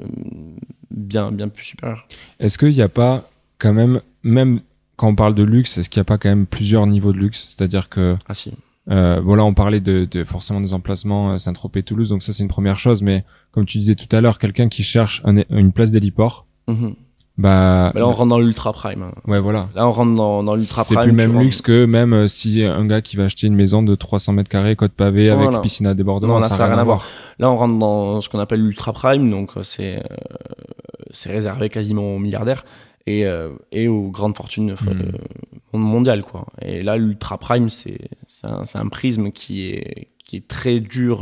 bien plus supérieure. Est-ce qu'il n'y a pas quand même quand on parle de luxe, est-ce qu'il n'y a pas quand même plusieurs niveaux de luxe? C'est-à-dire que ah si. Bon là on parlait de forcément des emplacements Saint-Tropez, Toulouse, donc ça c'est une première chose, mais comme tu disais tout à l'heure, quelqu'un qui cherche une place d'héliport, là on rentre dans l'ultra prime. Ouais, voilà. Là on rentre dans l'ultra prime. C'est plus le même luxe que même si un gars qui va acheter une maison de 300 mètres carrés, côte pavée, avec piscine à débordement. Non, là, ça n'a rien à voir. Là on rentre dans ce qu'on appelle l'ultra prime, donc c'est réservé quasiment aux milliardaires et aux grandes fortunes mondiales, quoi. Et là l'ultra prime c'est un prisme qui est très dur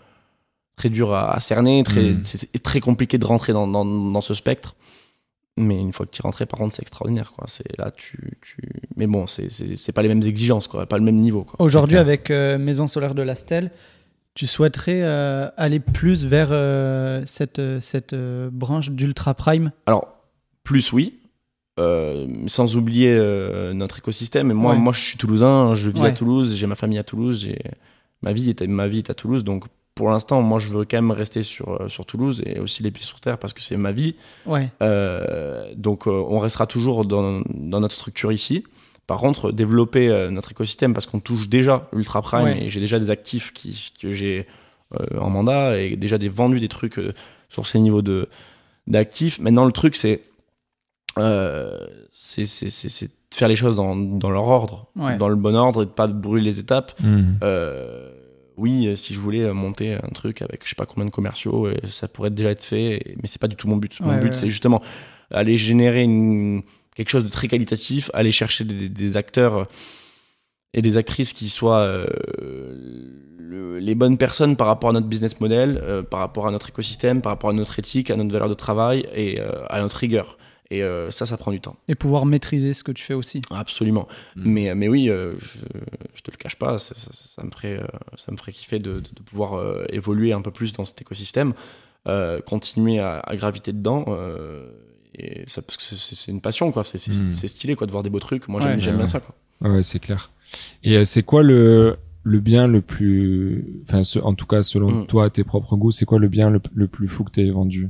à cerner, c'est très compliqué de rentrer dans ce spectre. Mais une fois que tu es rentré, par contre, c'est extraordinaire, quoi. C'est là, mais bon, c'est pas les mêmes exigences, quoi. Pas le même niveau, quoi. Aujourd'hui, avec Maison Solaire de la Stèle, tu souhaiterais aller plus vers cette branche d'ultra prime? Alors, plus oui, sans oublier notre écosystème. Et moi, je suis toulousain, je vis à Toulouse, j'ai ma famille à Toulouse, ma vie est à Toulouse, donc. Pour l'instant, moi, je veux quand même rester sur Toulouse et aussi les pieds sur terre parce que c'est ma vie. Donc, on restera toujours dans notre structure ici. Par contre, développer notre écosystème parce qu'on touche déjà l'ultra prime et j'ai déjà des actifs que j'ai en mandat et déjà vendus des trucs sur ces niveaux d'actifs. Maintenant, le truc, c'est de faire les choses dans leur ordre, dans le bon ordre et de pas brûler les étapes. Oui, si je voulais monter un truc avec je sais pas combien de commerciaux, ça pourrait déjà être fait, mais c'est pas du tout mon but. Mon but, c'est justement aller générer quelque chose de très qualitatif, aller chercher des acteurs et des actrices qui soient les bonnes personnes par rapport à notre business model, par rapport à notre écosystème, par rapport à notre éthique, à notre valeur de travail et à notre rigueur. Et ça prend du temps. Et pouvoir maîtriser ce que tu fais aussi. Absolument. Mais oui, je te le cache pas, ça me ferait kiffer de pouvoir évoluer un peu plus dans cet écosystème, continuer à graviter dedans. Et ça, parce que c'est une passion, quoi. C'est stylé, quoi, de voir des beaux trucs. Moi, j'aime bien ça, quoi. Ouais, c'est clair. Et c'est quoi le bien le plus... Enfin, en tout cas, selon toi, tes propres goûts, c'est quoi le bien le plus fou que t'aies vendu?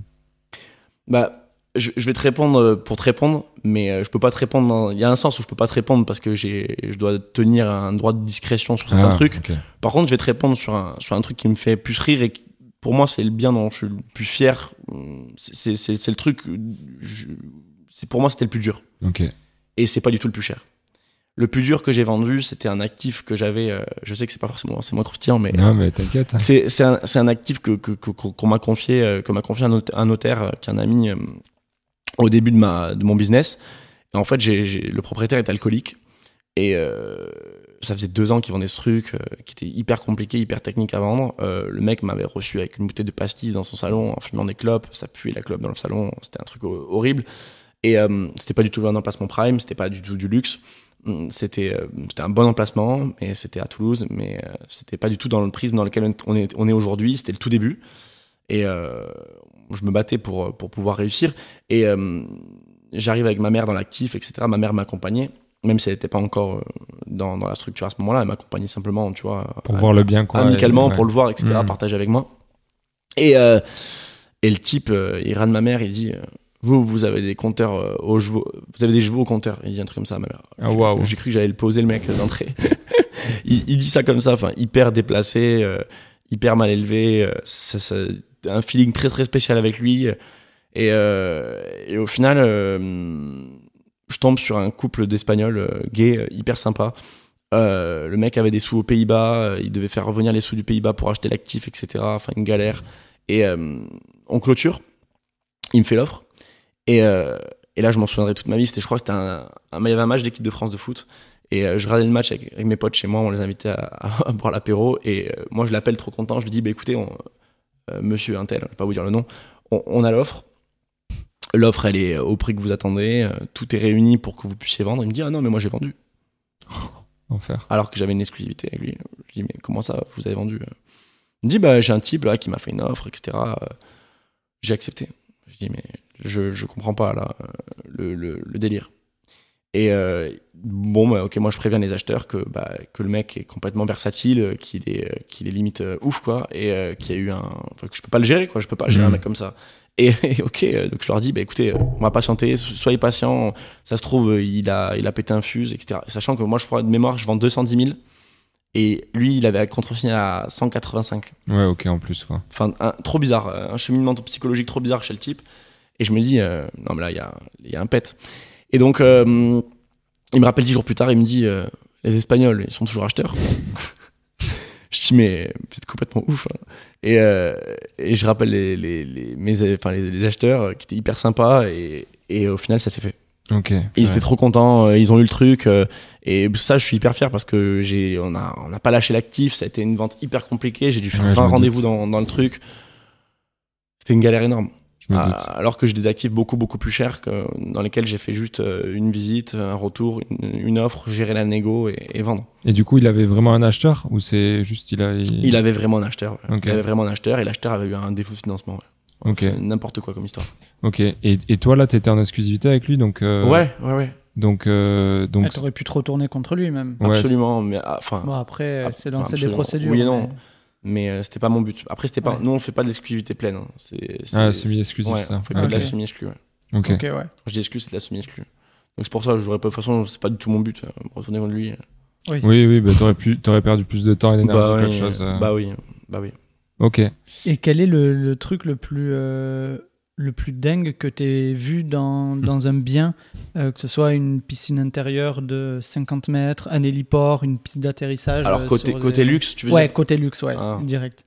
Je vais te répondre pour te répondre, mais je peux pas te répondre. Il y a un sens où je peux pas te répondre parce que je dois tenir un droit de discrétion sur certains trucs. Okay. Par contre, je vais te répondre sur un truc qui me fait plus rire et pour moi, c'est le bien dont je suis le plus fier. C'est le truc. Pour moi, c'était le plus dur. Okay. Et c'est pas du tout le plus cher. Le plus dur que j'ai vendu, c'était un actif que j'avais. Je sais que c'est pas forcément moins croustillant, mais non, mais t'inquiète. C'est un actif qu'on m'a confié, un notaire, qui est un ami. Au début de mon business. Et en fait, le propriétaire est alcoolique. Et ça faisait 2 ans qu'il vendait ce truc qui était hyper compliqué, hyper technique à vendre. Le mec m'avait reçu avec une bouteille de pastis dans son salon en fumant des clopes. Ça puait la clope dans le salon. C'était un truc horrible. Et c'était pas du tout un emplacement prime. C'était pas du tout du luxe. C'était un bon emplacement, mais c'était à Toulouse. Mais c'était pas du tout dans le prisme dans lequel on est aujourd'hui. C'était le tout début. Et je me battais pour pouvoir réussir. Et j'arrive avec ma mère dans l'actif, etc. Ma mère m'accompagnait, même si elle n'était pas encore dans la structure à ce moment-là. Elle m'accompagnait simplement, tu vois. Pour voir le bien, quoi. Amicalement, pour le voir, etc. Partager avec moi. Et le type, il râle ma mère, il dit vous avez des compteurs aux chevaux, vous avez des chevaux au compteur. Il dit un truc comme ça à ma mère. Ah, wow. J'ai cru que j'allais le poser, le mec, d'entrée. il dit ça comme ça, enfin, hyper déplacé, hyper mal élevé. Un feeling très très spécial avec lui et au final je tombe sur un couple d'Espagnols gays hyper sympa Le mec avait des sous aux Pays-Bas, il devait faire revenir les sous du Pays-Bas pour acheter l'actif, etc. Enfin, une galère. Et on clôture, il me fait l'offre. Et là, je m'en souviendrai toute ma vie. Je crois que il y avait un match d'équipe de France de foot. Et je regardais le match avec mes potes chez moi, on les invitait à boire l'apéro. Et moi, je l'appelle trop content. Je lui dis, écoutez, monsieur Intel, je vais pas vous dire le nom, on a l'offre. L'offre, elle est au prix que vous attendez. Tout est réuni pour que vous puissiez vendre. Il me dit, ah non, mais moi, j'ai vendu. Enfer. Alors que j'avais une exclusivité avec lui. Je dis, mais comment ça, vous avez vendu? Il me dit, j'ai un type là qui m'a fait une offre, etc. J'ai accepté. Je dis, mais je comprends pas là, le délire. Et ok, moi je préviens les acheteurs que le mec est complètement versatile, qu'il est limite ouf, quoi, et qu'il y a eu que je peux pas le gérer, quoi, je peux pas gérer un mec comme ça. Et ok, donc je leur dis, écoutez, on va patienter, soyez patients, ça se trouve, il a pété un fuse, etc. Sachant que moi, je crois de mémoire, je vends 210 000, et lui, il avait contresigné à 185. Ouais, ok, en plus, quoi. Enfin, trop bizarre, un cheminement psychologique trop bizarre chez le type. Et je me dis, non, mais là, il y a un pet. Et donc, il me rappelle 10 jours plus tard, il me dit, les Espagnols, ils sont toujours acheteurs. Je dis, mais c'est complètement ouf. Hein. Et je rappelle les acheteurs qui étaient hyper sympas, et au final, ça s'est fait. Ok. Et ils étaient trop contents, ils ont eu le truc. Et ça, je suis hyper fier parce que on n'a pas lâché l'actif, ça a été une vente hyper compliquée, j'ai dû faire 20 rendez-vous dans le truc. C'était une galère énorme. Alors que j'ai des actifs beaucoup plus chers dans lesquels j'ai fait juste une visite, un retour, une offre, gérer la négo et vendre. Et du coup, il avait vraiment un acheteur ou c'est juste il avait vraiment un acheteur. Ouais. Okay. Il avait vraiment un acheteur et l'acheteur avait eu un défaut de financement. Ouais. Ok. N'importe quoi comme histoire. Ok. Et toi là, t'étais en exclusivité avec lui, donc. Ouais. Donc. T'aurais pu te retourner contre lui même. Ouais, absolument, mais bon après, c'est lancer des procédures. Oui et non. Mais c'était pas mon but. Après, c'était pas. Ouais. Nous, on fait pas de l'exclusivité pleine. Hein. C'est semi-exclusif, ouais, ça. On fait que de la semi-exclue. Ouais. Ok. Ouais. Quand je dis exclu, c'est de la semi-exclue. Donc c'est pour ça que j'aurais pas. De toute façon, c'est pas du tout mon but. Retourner contre lui. Oui, bah t'aurais perdu plus de temps et d'énergie qu'autre chose. Bah oui. Ok. Et quel est le truc le plus dingue que t'aies vu dans un bien, que ce soit une piscine intérieure de 50 mètres, un héliport, une piste d'atterrissage? Alors côté luxe, tu veux dire? Ouais, côté luxe, ouais, direct.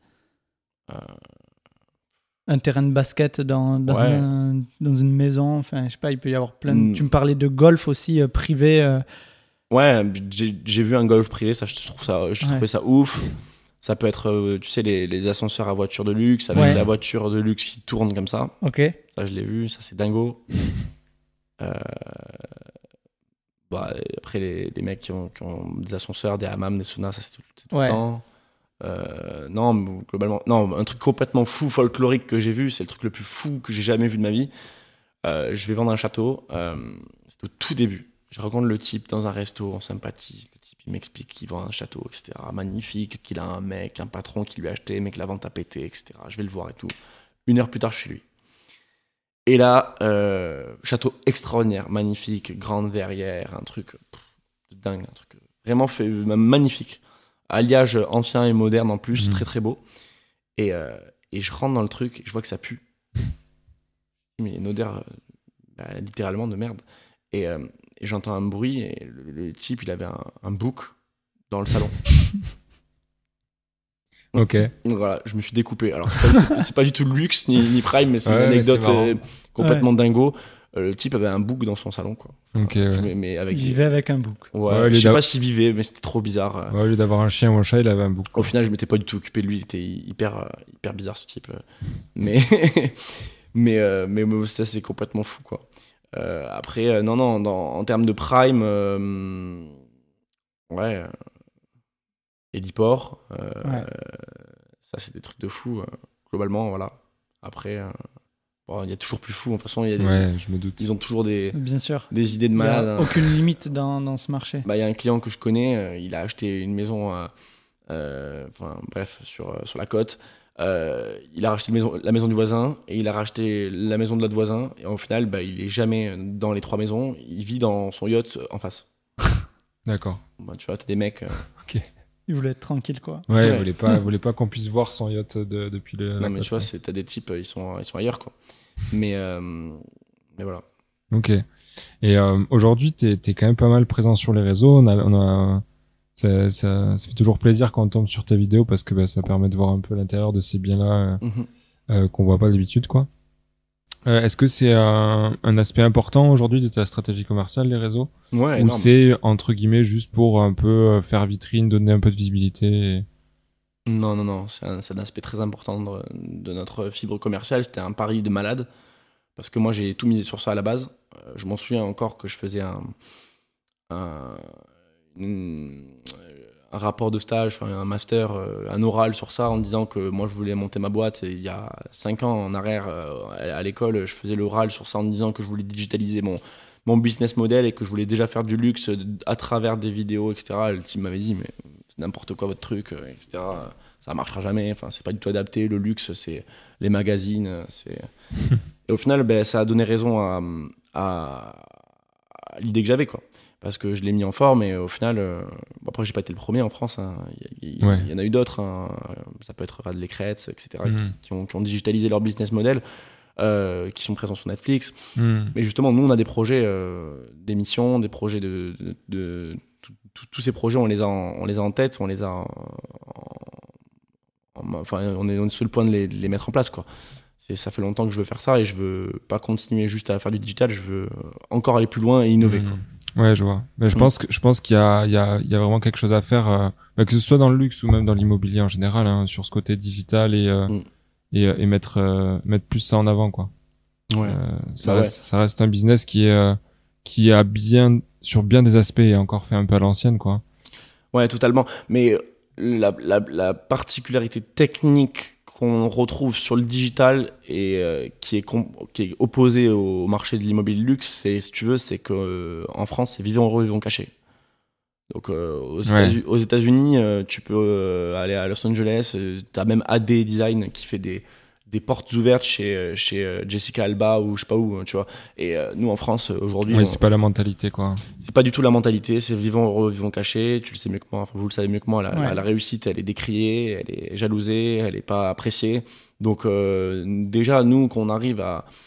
Un terrain de basket dans une maison, enfin, je sais pas, il peut y avoir plein. Tu me parlais de golf aussi privé. Ouais, j'ai vu un golf privé, ça, je trouvais ça ouf. Ça peut être, tu sais, les ascenseurs à voiture de luxe, avec la voiture de luxe qui tourne comme ça. Ok. Ça, je l'ai vu, ça, c'est dingo. Après, les mecs qui ont des ascenseurs, des hammams, des saunas, ça, c'est tout le temps. Non, globalement, non, un truc complètement fou, folklorique que j'ai vu, c'est le truc le plus fou que j'ai jamais vu de ma vie. Je vais vendre un château, c'est au tout début. Je rencontre le type dans un resto, on sympathise. Le type, il m'explique qu'il vend un château, etc. Magnifique, qu'il a un patron qui lui a acheté, mais que la vente a pété, etc. Je vais le voir et tout. 1 heure plus tard, je suis chez lui. Et là, château extraordinaire, magnifique, grande verrière, un truc de dingue, un truc vraiment fait, magnifique. Alliage ancien et moderne en plus, très très beau. Et je rentre dans le truc et je vois que ça pue. Mais il y a une odeur littéralement de merde. Et j'entends un bruit et le type, il avait un bouc dans le salon. Ok. Donc voilà, je me suis découpé. Alors c'est pas du tout luxe ni prime, mais c'est une anecdote complètement dingo. Le type avait un bouc dans son salon, quoi. Ok. Il vivait avec un bouc. Ouais, je sais pas s'il vivait, mais c'était trop bizarre. Ouais, au lieu d'avoir un chien ou un chat, il avait un bouc. Au final, je m'étais pas du tout occupé de lui. Il était hyper bizarre, ce type. Mais ça, c'est complètement fou, quoi. Après, non, en termes de prime, héliport, ça, c'est des trucs de fou. Globalement, voilà. Après, il y a toujours plus fou. De toute façon, je me doute. Ils ont toujours des idées de Il malade. n'y a aucune limite dans ce marché. Il y a un client que je connais, il a acheté une maison, sur la côte. Il a racheté la maison du voisin et il a racheté la maison de l'autre voisin. Et au final, il est jamais dans les 3 maisons. Il vit dans son yacht en face. D'accord. Tu vois, t'as des mecs. Ok. Il voulait être tranquille, quoi. Ouais, il voulait pas qu'on puisse voir son yacht depuis le. Non, mais tu vois, t'as des types, ils sont ailleurs, quoi. Mais voilà. Ok. Et aujourd'hui, t'es quand même pas mal présent sur les réseaux. On a ça fait toujours plaisir quand on tombe sur tes vidéos parce que ça permet de voir un peu l'intérieur de ces biens-là qu'on voit pas d'habitude, quoi. Est-ce que c'est un aspect important aujourd'hui de ta stratégie commerciale, les réseaux? Ouais, Ou énorme. c'est, entre guillemets, juste pour un peu faire vitrine, donner un peu de visibilité Non, c'est un aspect très important de notre fibre commerciale. C'était un pari de malade parce que moi j'ai tout misé sur ça à la base. Je m'en souviens encore que je faisais un, un rapport de stage, un master, un oral sur ça en disant que moi je voulais monter ma boîte. Et il y a 5 ans en arrière à l'école, je faisais l'oral sur ça en disant que je voulais digitaliser mon business model et que je voulais déjà faire du luxe à travers des vidéos, etc. Le team m'avait dit mais c'est n'importe quoi votre truc, etc. Ça marchera jamais, enfin c'est pas du tout adapté, le luxe c'est les magazines, c'est... Et au final ça a donné raison à l'idée que j'avais, quoi. Parce que je l'ai mis en forme et au final, après j'ai pas été le premier en France, hein. Il y en a eu d'autres, hein. Ça peut être Radley Kretz, etc. qui ont digitalisé leur business model, qui sont présents sur Netflix. Mais justement, nous on a des projets d'émissions, des projets tous ces projets, on les a en tête, on est sur le point de les mettre en place, quoi. Ça fait longtemps que je veux faire ça et je veux pas continuer juste à faire du digital, je veux encore aller plus loin et innover, quoi. Ouais, je vois. Mais je pense qu'il y a vraiment quelque chose à faire, que ce soit dans le luxe ou même dans l'immobilier en général, hein, sur ce côté digital et mettre plus ça en avant, quoi. Ouais. Ça reste un business qui a sur bien des aspects et encore fait un peu à l'ancienne, quoi. Ouais, totalement. Mais la particularité technique qu'on retrouve sur le digital et qui est opposée au marché de l'immobilier de luxe, si tu veux, c'est que en France, c'est vivons heureux, vivons cachés. Donc aux États-Unis, tu peux aller à Los Angeles, t'as même AD Design qui fait des portes ouvertes chez Jessica Alba ou je sais pas où, tu vois. Et nous en France aujourd'hui, oui, c'est pas la mentalité, quoi. C'est pas du tout la mentalité, c'est vivons heureux, vivons cachés. Tu le sais mieux que moi, enfin, vous le savez mieux que moi. La réussite, elle est décriée, elle est jalousée, elle est pas appréciée. Donc déjà, nous, qu'on arrive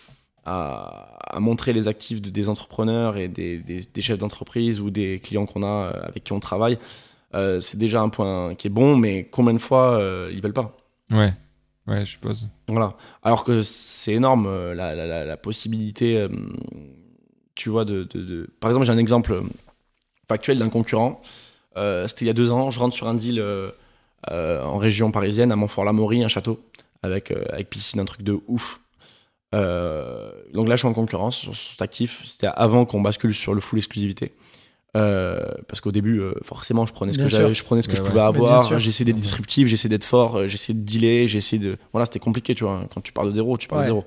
à montrer les actifs des entrepreneurs et des chefs d'entreprise ou des clients qu'on a avec qui on travaille, c'est déjà un point qui est bon, mais combien de fois ils veulent pas? Ouais, je suppose. Voilà. Alors que c'est énorme la possibilité, tu vois, Par exemple, j'ai un exemple factuel d'un concurrent. C'était il y a 2 ans. Je rentre sur un deal en région parisienne, à Montfort-l'Amaury, un château, avec piscine, un truc de ouf. Donc là, je suis en concurrence sur cet actif. C'était avant qu'on bascule sur le full exclusivité. Parce qu'au début, forcément, je prenais ce que j'avais, je prenais ce que je pouvais avoir. J'essayais d'être disruptif, j'essayais d'être fort, j'essayais de dealer, voilà, c'était compliqué, tu vois. Quand tu pars de zéro, tu pars de zéro.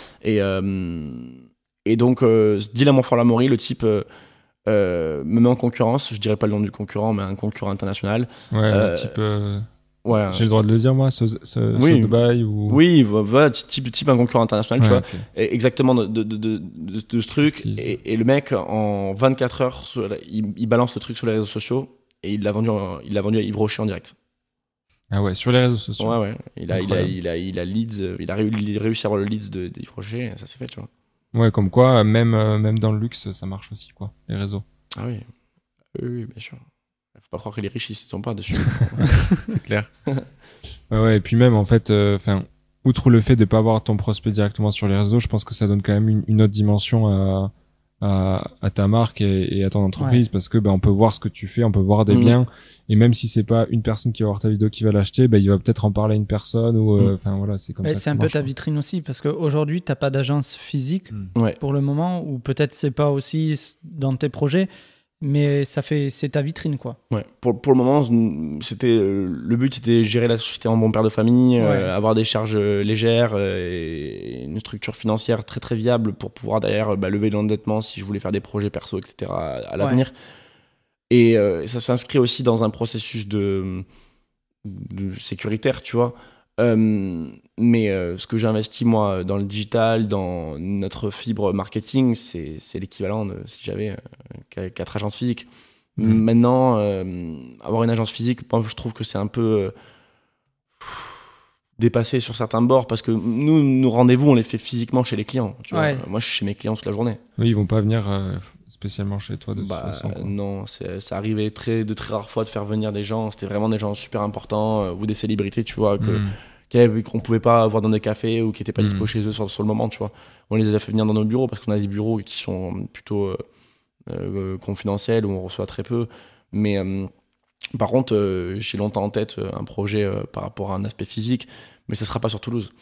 Et donc, ce deal à Montfort-l'Amaury, le type me met en concurrence. Je dirais pas le nom du concurrent, mais un concurrent international. Ouais, type. Ouais, j'ai le droit de le dire, moi, oui, Dubaï ou... Oui, voilà, type un concurrent international, tu vois. Okay. Et exactement de ce truc. Et le mec, en 24 heures, il balance le truc sur les réseaux sociaux et il l'a vendu à Yves Rocher en direct. Ah ouais, sur les réseaux sociaux. Ouais. Il a leads, il a réussi à avoir le leads d'Yves Rocher, et ça s'est fait, tu vois. Ouais, comme quoi, même dans le luxe, ça marche aussi, quoi, les réseaux. Ah oui, bien sûr. Faut pas croire que les riches, ils sont pas dessus. C'est clair. Ouais, et puis même, en fait, outre le fait de pas avoir ton prospect directement sur les réseaux, je pense que ça donne quand même une autre dimension à ta marque et à ton entreprise, parce que on peut voir ce que tu fais, on peut voir des biens, et même si c'est pas une personne qui va voir ta vidéo qui va l'acheter, il va peut-être en parler à une personne, ou voilà, c'est comme ça. C'est un peu ta vitrine aussi, parce qu'aujourd'hui, t'as pas d'agence physique pour le moment, ou peut-être c'est pas aussi dans tes projets, mais c'est ta vitrine, quoi. Ouais. Pour le moment, le but c'était gérer la société en bon père de famille, avoir des charges légères et une structure financière très très viable pour pouvoir derrière lever de l'endettement si je voulais faire des projets perso, etc. à l'avenir. Et ça s'inscrit aussi dans un processus de sécuritaire, tu vois. Mais ce que j'ai investi moi dans le digital, dans notre fibre marketing, c'est l'équivalent de si j'avais 4 agences physiques. Maintenant, avoir une agence physique, moi, je trouve que c'est un peu dépasser sur certains bords parce que nous, nos rendez-vous, on les fait physiquement chez les clients. Tu vois. Ouais. Moi, je suis chez mes clients toute la journée. Oui, ils vont pas venir spécialement chez toi de toute façon. Quoi. Non, ça arrivait de très rares fois de faire venir des gens. C'était vraiment des gens super importants ou des célébrités, tu vois, qu'on pouvait pas avoir dans des cafés ou qui étaient pas dispo chez eux sur le moment, tu vois. On les a fait venir dans nos bureaux parce qu'on a des bureaux qui sont plutôt confidentiels où on reçoit très peu. Mais par contre, j'ai longtemps en tête un projet par rapport à un aspect physique, mais ça sera pas sur Toulouse.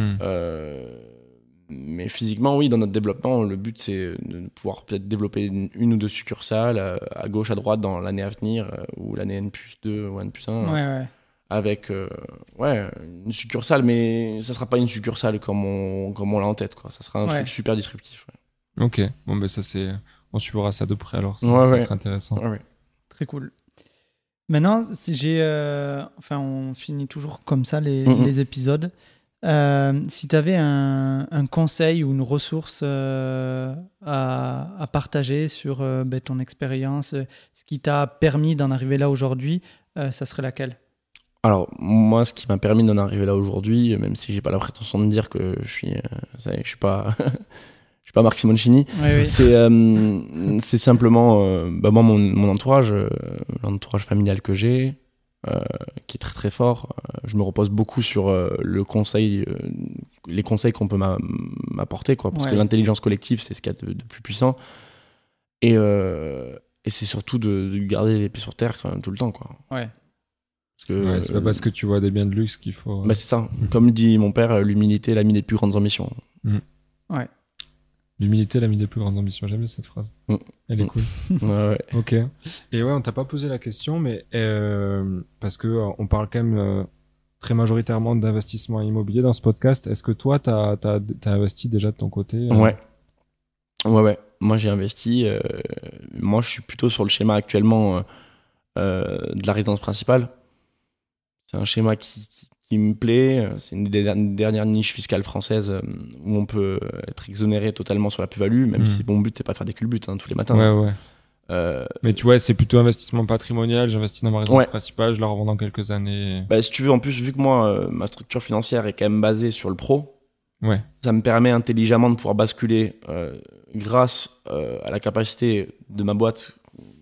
Mais physiquement, oui, dans notre développement, le but c'est de pouvoir peut-être développer une ou deux succursales à gauche, à droite dans l'année à venir ou l'année N+2 ou N+1. Avec une succursale, mais ça sera pas une succursale comme on l'a en tête, quoi. Ça sera un truc super disruptif. Ouais. Ok, bon ben ça c'est, on suivra ça de près alors, ça va être intéressant. Ouais. Très cool. Maintenant, on finit toujours comme ça les épisodes. Si tu avais un conseil ou une ressource à partager sur ton expérience, ce qui t'a permis d'en arriver là aujourd'hui, ça serait laquelle ? Alors, moi, ce qui m'a permis d'en arriver là aujourd'hui, même si j'ai pas la prétention de dire que je suis pas, je suis pas Marc Simoncini, c'est simplement, moi, mon entourage, l'entourage familial que j'ai, qui est très très fort. Je me repose beaucoup sur les conseils qu'on peut m'apporter, quoi, parce que l'intelligence collective, c'est ce qu'il y a de plus puissant. Et c'est surtout de garder les pieds sur terre quand même, tout le temps, quoi. Ouais. C'est pas parce que tu vois des biens de luxe qu'il faut. C'est ça. Comme dit mon père, l'humilité est l'ami des plus grandes ambitions. Ouais. L'humilité est l'ami des plus grandes ambitions. J'aime bien cette phrase. Elle est cool. Ouais. Ok. Et on t'a pas posé la question, mais parce que on parle quand même très majoritairement d'investissement immobilier dans ce podcast. Est-ce que toi, t'as investi déjà de ton côté Ouais. Moi, j'ai investi. Moi, je suis plutôt sur le schéma actuellement de la résidence principale. C'est un schéma qui me plaît. C'est une des dernières niches fiscales françaises où on peut être exonéré totalement sur la plus-value, même si mon but, c'est pas de faire des culbutes tous les matins. Ouais. Mais tu vois, c'est plutôt investissement patrimonial. J'investis dans ma résidence principale, je la revends dans quelques années. Si tu veux, en plus, vu que moi, ma structure financière est quand même basée sur le pro, ça me permet intelligemment de pouvoir basculer grâce à la capacité de ma boîte,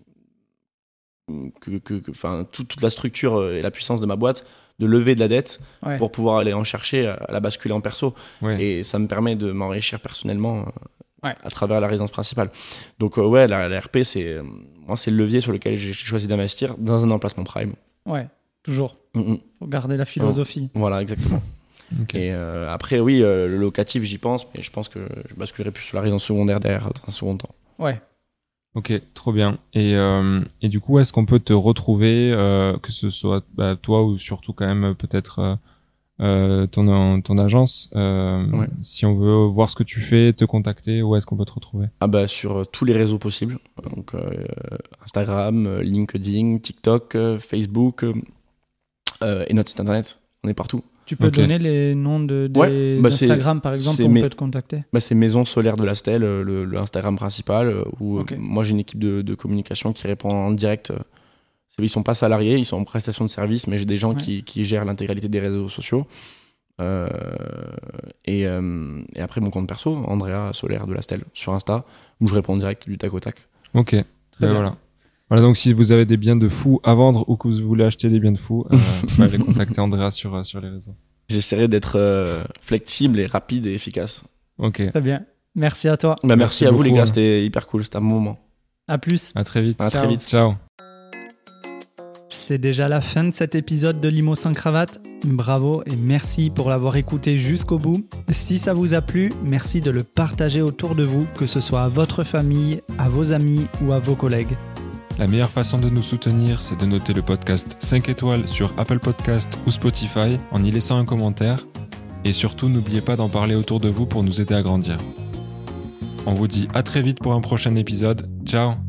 toute la structure et la puissance de ma boîte, de lever de la dette pour pouvoir aller en chercher à la basculer en perso. Et ça me permet de m'enrichir personnellement à travers la résidence principale. Donc la RP, c'est le levier sur lequel j'ai choisi d'investir dans un emplacement prime. Ouais, toujours. Faut garder la philosophie. Voilà, exactement. Et après, le locatif, j'y pense, mais je pense que je basculerai plus sur la résidence secondaire derrière dans un second temps. Ouais. Ok, trop bien. Et du coup, est-ce qu'on peut te retrouver, que ce soit toi ou surtout quand même peut-être ton agence, si on veut voir ce que tu fais, te contacter, où est-ce qu'on peut te retrouver ? Sur tous les réseaux possibles, donc Instagram, LinkedIn, TikTok, Facebook et notre site internet. On est partout. Tu peux donner les noms des Instagram, par exemple, où on peut te contacter ? C'est Maison Solaire de la Stèle, le Instagram principal, où moi j'ai une équipe de communication qui répond en direct. Ils sont pas salariés, ils sont en prestation de service, mais j'ai des gens qui gèrent l'intégralité des réseaux sociaux. Et après mon compte perso, Andrea Solaire de la Stèle, sur Insta, où je réponds en direct du tac au tac. Ok, voilà, donc si vous avez des biens de fous à vendre ou que vous voulez acheter des biens de fous, allez contacter Andrea sur les réseaux. J'essaierai d'être flexible et rapide et efficace. Ok. Très bien. Merci à toi. Merci à vous les gars, c'était hyper cool, c'était un bon moment. À plus. À très vite. Très vite. Ciao. C'est déjà la fin de cet épisode de Limo sans cravate. Bravo et merci pour l'avoir écouté jusqu'au bout. Si ça vous a plu, merci de le partager autour de vous, que ce soit à votre famille, à vos amis ou à vos collègues. La meilleure façon de nous soutenir, c'est de noter le podcast 5 étoiles sur Apple Podcast ou Spotify en y laissant un commentaire. Et surtout, n'oubliez pas d'en parler autour de vous pour nous aider à grandir. On vous dit à très vite pour un prochain épisode. Ciao!